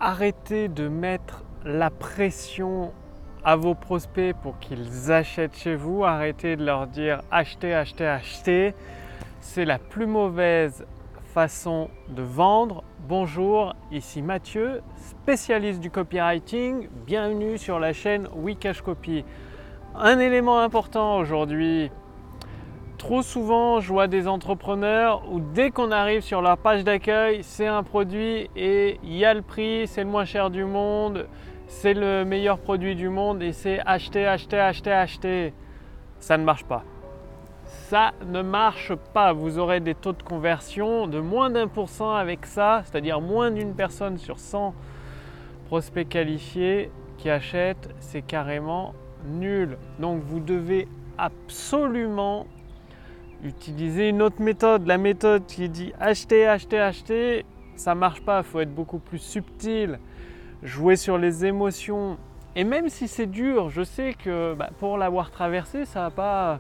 arrêtez de mettre la pression à vos prospects pour qu'ils achètent chez vous. Arrêtez de leur dire achetez, achetez, achetez. C'est la plus mauvaise façon de vendre. Bonjour, ici Mathieu, spécialiste du copywriting. Bienvenue sur la chaîne Wikashcopy. Un élément important aujourd'hui. Trop souvent, je vois des entrepreneurs où dès qu'on arrive sur leur page d'accueil, c'est un produit et il y a le prix, c'est le moins cher du monde, c'est le meilleur produit du monde et c'est acheter, acheter, acheter, acheter. Ça ne marche pas. Ça ne marche pas. Vous aurez des taux de conversion de moins d'1% avec ça, c'est-à-dire moins d'une personne sur 100 prospects qualifiés qui achètent. C'est carrément nul. Donc vous devez absolument utiliser une autre méthode. La méthode qui dit acheter, acheter, acheter, ça ne marche pas. Il faut être beaucoup plus subtil, jouer sur les émotions. Et même si c'est dur, je sais que pour l'avoir traversé, ça va pas.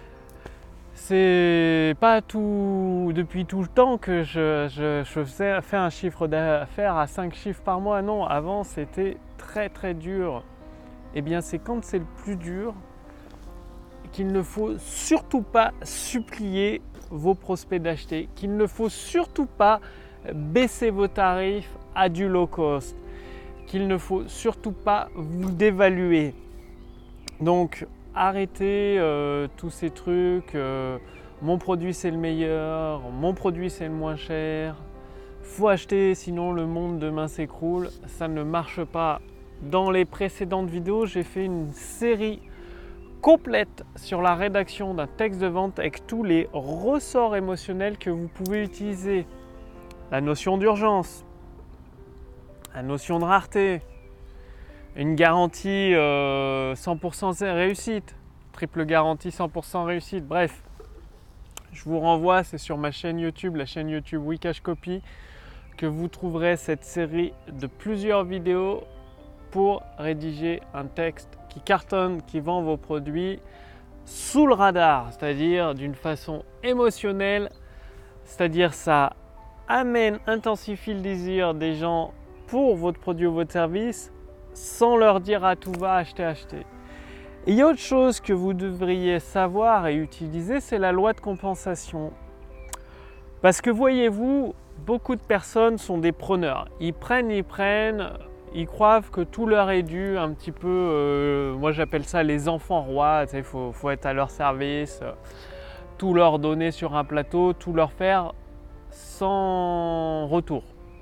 C'est pas tout depuis tout le temps que je fais un chiffre d'affaires à 5 chiffres par mois. Non, avant c'était très très dur. Et bien c'est quand c'est le plus dur qu'il ne faut surtout pas supplier vos prospects d'acheter, qu'il ne faut surtout pas baisser vos tarifs à du low cost, qu'il ne faut surtout pas vous dévaluer. Donc arrêtez tous ces trucs, mon produit c'est le meilleur, mon produit c'est le moins cher, faut acheter sinon le monde demain s'écroule, ça ne marche pas. Dans les précédentes vidéos, j'ai fait une série complète sur la rédaction d'un texte de vente avec tous les ressorts émotionnels que vous pouvez utiliser. La notion d'urgence, la notion de rareté, une garantie 100% réussite, triple garantie 100% réussite, bref. Je vous renvoie, c'est sur ma chaîne YouTube, la chaîne YouTube Wikashcopy, que vous trouverez cette série de plusieurs vidéos pour rédiger un texte qui cartonne, qui vend vos produits sous le radar, c'est-à-dire d'une façon émotionnelle, c'est-à-dire ça amène, intensifie le désir des gens pour votre produit ou votre service sans leur dire à tout va acheter, acheter. Et il y a autre chose que vous devriez savoir et utiliser, c'est la loi de compensation. Parce que voyez-vous, beaucoup de personnes sont des preneurs. Ils prennent, ils croient que tout leur est dû un petit peu, moi j'appelle ça les enfants rois, il faut être à leur service, tout leur donner sur un plateau, tout leur faire sans retour.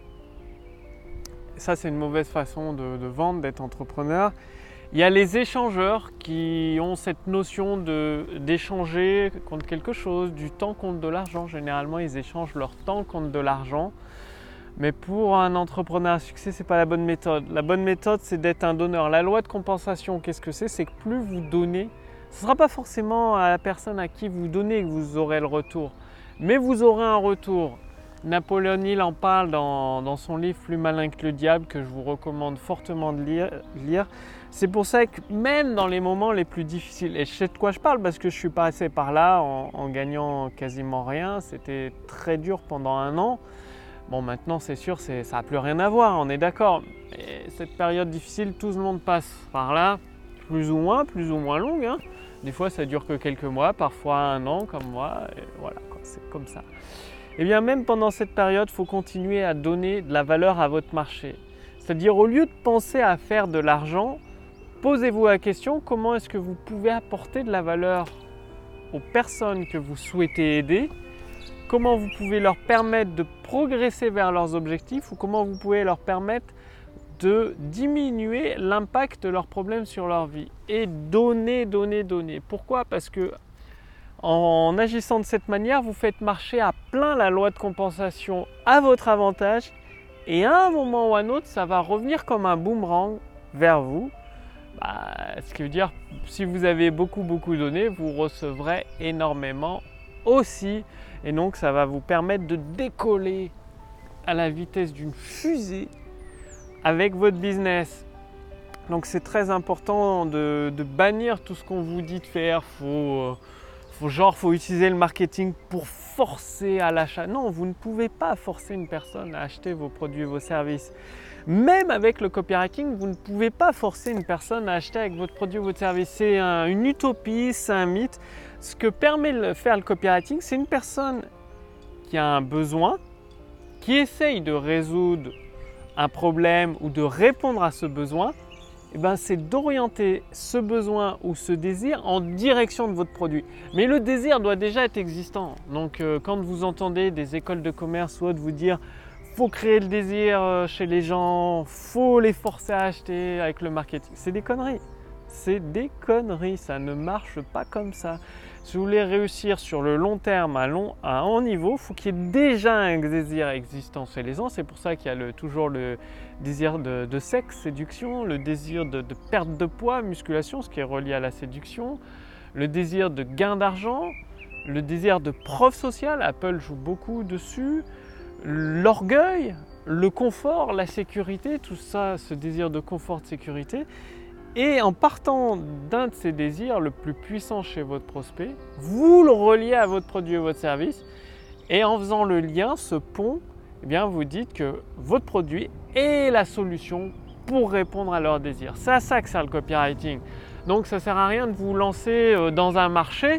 Ça c'est une mauvaise façon de vendre, d'être entrepreneur. Il y a les échangeurs qui ont cette notion d'échanger contre quelque chose, du temps contre de l'argent. Généralement ils échangent leur temps contre de l'argent. Mais pour un entrepreneur à succès, ce n'est pas la bonne méthode. La bonne méthode, c'est d'être un donneur. La loi de compensation, qu'est-ce que c'est? C'est que plus vous donnez, ce ne sera pas forcément à la personne à qui vous donnez que vous aurez le retour. Mais vous aurez un retour. Napoléon Hill en parle dans son livre Plus malin que le diable, que je vous recommande fortement de lire. C'est pour ça que même dans les moments les plus difficiles, et je sais de quoi je parle parce que je suis passé par là en gagnant quasiment rien. C'était très dur pendant 1 an. Bon, maintenant, c'est sûr, ça n'a plus rien à voir, on est d'accord. Et cette période difficile, tout le monde passe par là, plus ou moins longue. Hein. Des fois, ça dure que quelques mois, parfois 1 an, comme moi. Et voilà, c'est comme ça. Et bien, même pendant cette période, il faut continuer à donner de la valeur à votre marché. C'est-à-dire, au lieu de penser à faire de l'argent, posez-vous la question, comment est-ce que vous pouvez apporter de la valeur aux personnes que vous souhaitez aider? Comment vous pouvez leur permettre de progresser vers leurs objectifs ou comment vous pouvez leur permettre de diminuer l'impact de leurs problèmes sur leur vie. Et donner. Pourquoi? Parce que en agissant de cette manière, vous faites marcher à plein la loi de compensation à votre avantage et à un moment ou à un autre, ça va revenir comme un boomerang vers vous. Ce qui veut dire, si vous avez beaucoup donné, vous recevrez énormément aussi. Et donc, ça va vous permettre de décoller à la vitesse d'une fusée avec votre business. Donc, c'est très important de bannir tout ce qu'on vous dit de faire. Faut utiliser le marketing pour forcer à l'achat. Non, vous ne pouvez pas forcer une personne à acheter vos produits et vos services. Même avec le copywriting, vous ne pouvez pas forcer une personne à acheter avec votre produit ou votre service. C'est une utopie, c'est un mythe. Ce que permet de faire le copywriting, c'est une personne qui a un besoin, qui essaye de résoudre un problème ou de répondre à ce besoin. C'est d'orienter ce besoin ou ce désir en direction de votre produit. Mais le désir doit déjà être existant. Donc quand vous entendez des écoles de commerce ou autres vous dire faut créer le désir chez les gens, faut les forcer à acheter avec le marketing, c'est des conneries. C'est des conneries, ça ne marche pas comme ça. Si vous voulez réussir sur le long terme à haut niveau, il faut qu'il y ait déjà un désir existant chez les gens. C'est pour ça qu'il y a toujours le désir de sexe, séduction, le désir de perte de poids, musculation, ce qui est relié à la séduction, le désir de gain d'argent, le désir de preuve sociale, Apple joue beaucoup dessus, l'orgueil, le confort, la sécurité, tout ça, ce désir de confort, de sécurité. Et en partant d'un de ces désirs, le plus puissant chez votre prospect, vous le reliez à votre produit ou votre service. Et en faisant le lien, ce pont, vous dites que votre produit est la solution pour répondre à leurs désirs. C'est à ça que sert le copywriting. Donc ça ne sert à rien de vous lancer dans un marché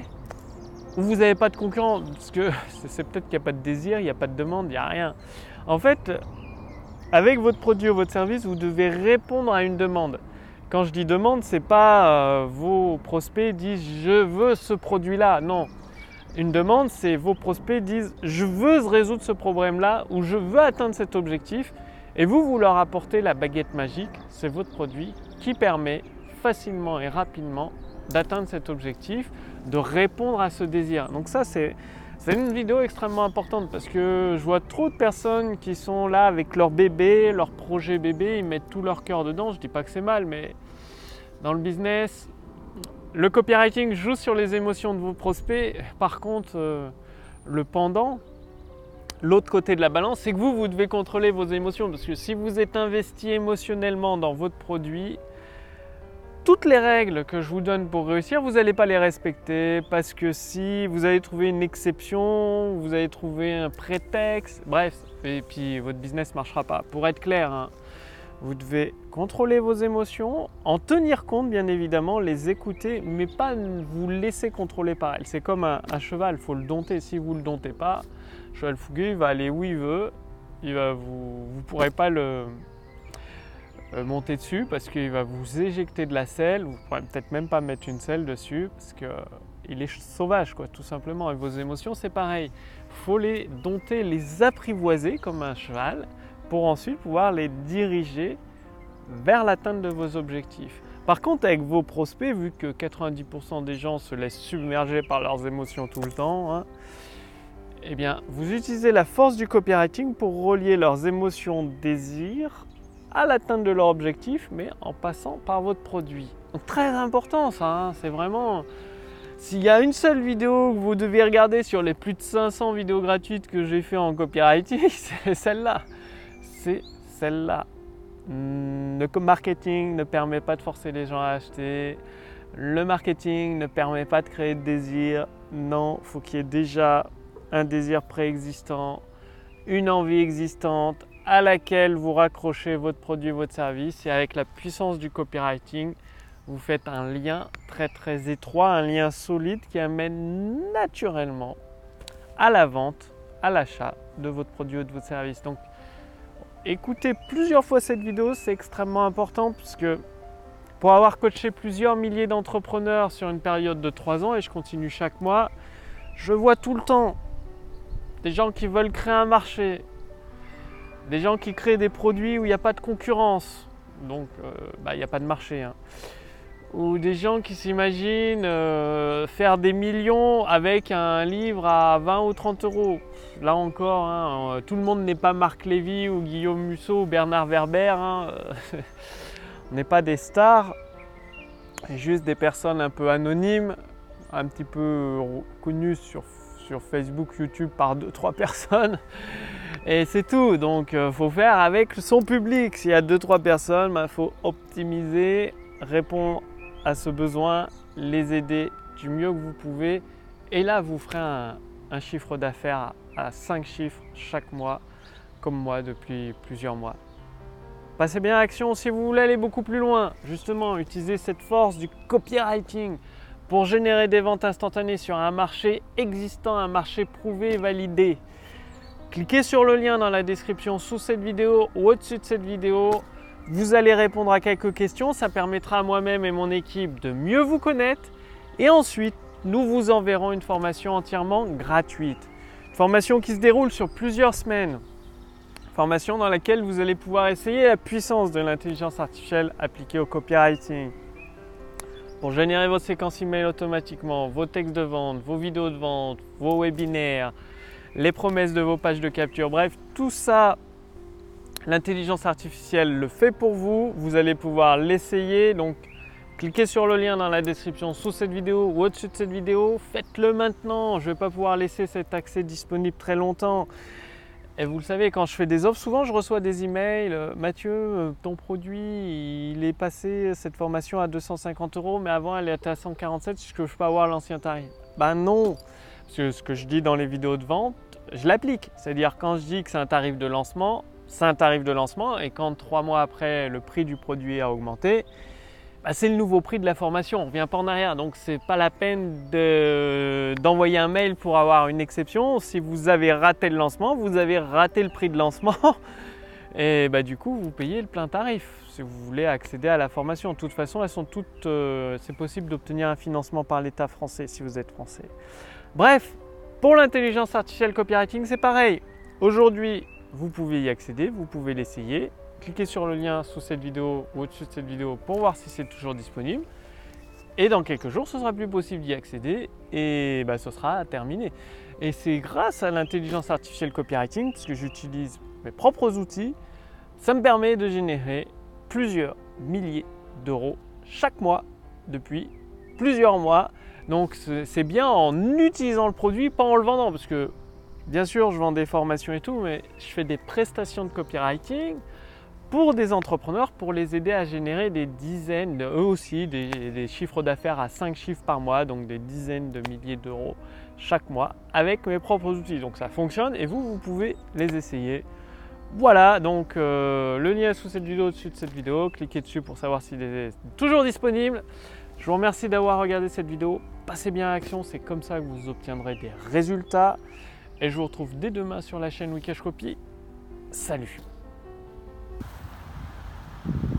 où vous n'avez pas de concurrent, parce que c'est peut-être qu'il n'y a pas de désir, il n'y a pas de demande, il n'y a rien. En fait, avec votre produit ou votre service, vous devez répondre à une demande. Quand je dis demande, ce n'est pas vos prospects disent « je veux ce produit-là ». Non, une demande, c'est vos prospects disent « je veux résoudre ce problème-là » ou « je veux atteindre cet objectif ». Et vous leur apportez la baguette magique, c'est votre produit qui permet facilement et rapidement d'atteindre cet objectif, de répondre à ce désir. Donc ça, c'est une vidéo extrêmement importante parce que je vois trop de personnes qui sont là avec leur bébé, leur projet bébé, ils mettent tout leur cœur dedans. Je ne dis pas que c'est mal, mais dans le business, le copywriting joue sur les émotions de vos prospects. Par contre, le pendant, l'autre côté de la balance, c'est que vous devez contrôler vos émotions parce que si vous êtes investi émotionnellement dans votre produit, toutes les règles que je vous donne pour réussir, vous n'allez pas les respecter parce que si vous allez trouver une exception, vous allez trouver un prétexte, bref, et puis votre business ne marchera pas. Pour être clair, vous devez contrôler vos émotions, en tenir compte bien évidemment, les écouter, mais pas vous laisser contrôler par elles. C'est comme un cheval, il faut le dompter. Si vous ne le domptez pas, le cheval fougueux, il va aller où il veut, vous ne pourrez pas le monter dessus parce qu'il va vous éjecter de la selle, vous ne pourrez peut-être même pas mettre une selle dessus parce qu'il est sauvage tout simplement. Et vos émotions c'est pareil, il faut les dompter, les apprivoiser comme un cheval pour ensuite pouvoir les diriger vers l'atteinte de vos objectifs. Par contre avec vos prospects, vu que 90% des gens se laissent submerger par leurs émotions tout le temps, vous utilisez la force du copywriting pour relier leurs émotions désirs à l'atteinte de leur objectif, mais en passant par votre produit. Donc très important ça, c'est vraiment... S'il y a une seule vidéo que vous devez regarder sur les plus de 500 vidéos gratuites que j'ai fait en copywriting, c'est celle-là. C'est celle-là. Le marketing ne permet pas de forcer les gens à acheter. Le marketing ne permet pas de créer de désir. Non, il faut qu'il y ait déjà un désir préexistant, une envie existante, à laquelle vous raccrochez votre produit, votre service, et avec la puissance du copywriting, vous faites un lien très très étroit, un lien solide qui amène naturellement à la vente, à l'achat de votre produit ou de votre service. Donc écoutez plusieurs fois cette vidéo, c'est extrêmement important puisque pour avoir coaché plusieurs milliers d'entrepreneurs sur une période de 3 ans et je continue chaque mois, je vois tout le temps des gens qui veulent créer un marché, des gens qui créent des produits où il n'y a pas de concurrence, donc il n'y a pas de marché. Ou des gens qui s'imaginent faire des millions avec un livre à 20 ou 30 euros. Là encore, tout le monde n'est pas Marc Lévy ou Guillaume Musso ou Bernard Werber. On n'est pas des stars, juste des personnes un peu anonymes, un petit peu connues sur Facebook, YouTube par 2-3 personnes. Et c'est tout, donc il faut faire avec son public. S'il y a 2-3 personnes, il faut optimiser, répondre à ce besoin, les aider du mieux que vous pouvez. Et là, vous ferez un chiffre d'affaires à 5 chiffres chaque mois, comme moi depuis plusieurs mois. Passez bien à l'action si vous voulez aller beaucoup plus loin. Justement, utilisez cette force du copywriting pour générer des ventes instantanées sur un marché existant, un marché prouvé et validé. Cliquez sur le lien dans la description sous cette vidéo ou au-dessus de cette vidéo. Vous allez répondre à quelques questions. Ça permettra à moi-même et mon équipe de mieux vous connaître. Et ensuite, nous vous enverrons une formation entièrement gratuite. Une formation qui se déroule sur plusieurs semaines. Formation dans laquelle vous allez pouvoir essayer la puissance de l'intelligence artificielle appliquée au copywriting. Pour générer vos séquences email automatiquement, vos textes de vente, vos vidéos de vente, vos webinaires, les promesses de vos pages de capture, bref, tout ça, l'intelligence artificielle le fait pour vous. Vous allez pouvoir l'essayer. Donc, cliquez sur le lien dans la description sous cette vidéo ou au-dessus de cette vidéo. Faites-le maintenant. Je ne vais pas pouvoir laisser cet accès disponible très longtemps. Et vous le savez, quand je fais des offres, souvent je reçois des emails. Mathieu, ton produit, il est passé cette formation à 250 €, mais avant elle était à 147. Est-ce que je peux avoir l'ancien tarif? Ben non, parce que ce que je dis dans les vidéos de vente, je l'applique. C'est-à-dire quand je dis que c'est un tarif de lancement, c'est un tarif de lancement. Et quand 3 mois après, le prix du produit a augmenté, c'est le nouveau prix de la formation, on ne revient pas en arrière. Donc ce n'est pas la peine d'envoyer un mail pour avoir une exception. Si vous avez raté le lancement, vous avez raté le prix de lancement. Et du coup, vous payez le plein tarif si vous voulez accéder à la formation. De toute façon, elles sont toutes, c'est possible d'obtenir un financement par l'État français si vous êtes français. Bref, pour l'intelligence artificielle copywriting, c'est pareil. Aujourd'hui, vous pouvez y accéder, vous pouvez l'essayer. Cliquez sur le lien sous cette vidéo ou au-dessus de cette vidéo pour voir si c'est toujours disponible. Et dans quelques jours, ce sera plus possible d'y accéder et ce sera terminé. Et c'est grâce à l'intelligence artificielle copywriting, puisque j'utilise mes propres outils, ça me permet de générer plusieurs milliers d'euros chaque mois depuis plusieurs mois. Donc c'est bien en utilisant le produit, pas en le vendant, parce que bien sûr, je vends des formations et tout, mais je fais des prestations de copywriting pour des entrepreneurs, pour les aider à générer des dizaines, eux aussi, des chiffres d'affaires à 5 chiffres par mois, donc des dizaines de milliers d'euros chaque mois avec mes propres outils. Donc ça fonctionne et vous pouvez les essayer. Voilà, donc le lien est sous cette vidéo, au-dessus de cette vidéo. Cliquez dessus pour savoir s'il est toujours disponible. Je vous remercie d'avoir regardé cette vidéo. Passez bien à l'action, c'est comme ça que vous obtiendrez des résultats. Et je vous retrouve dès demain sur la chaîne Wikash Copy. Salut!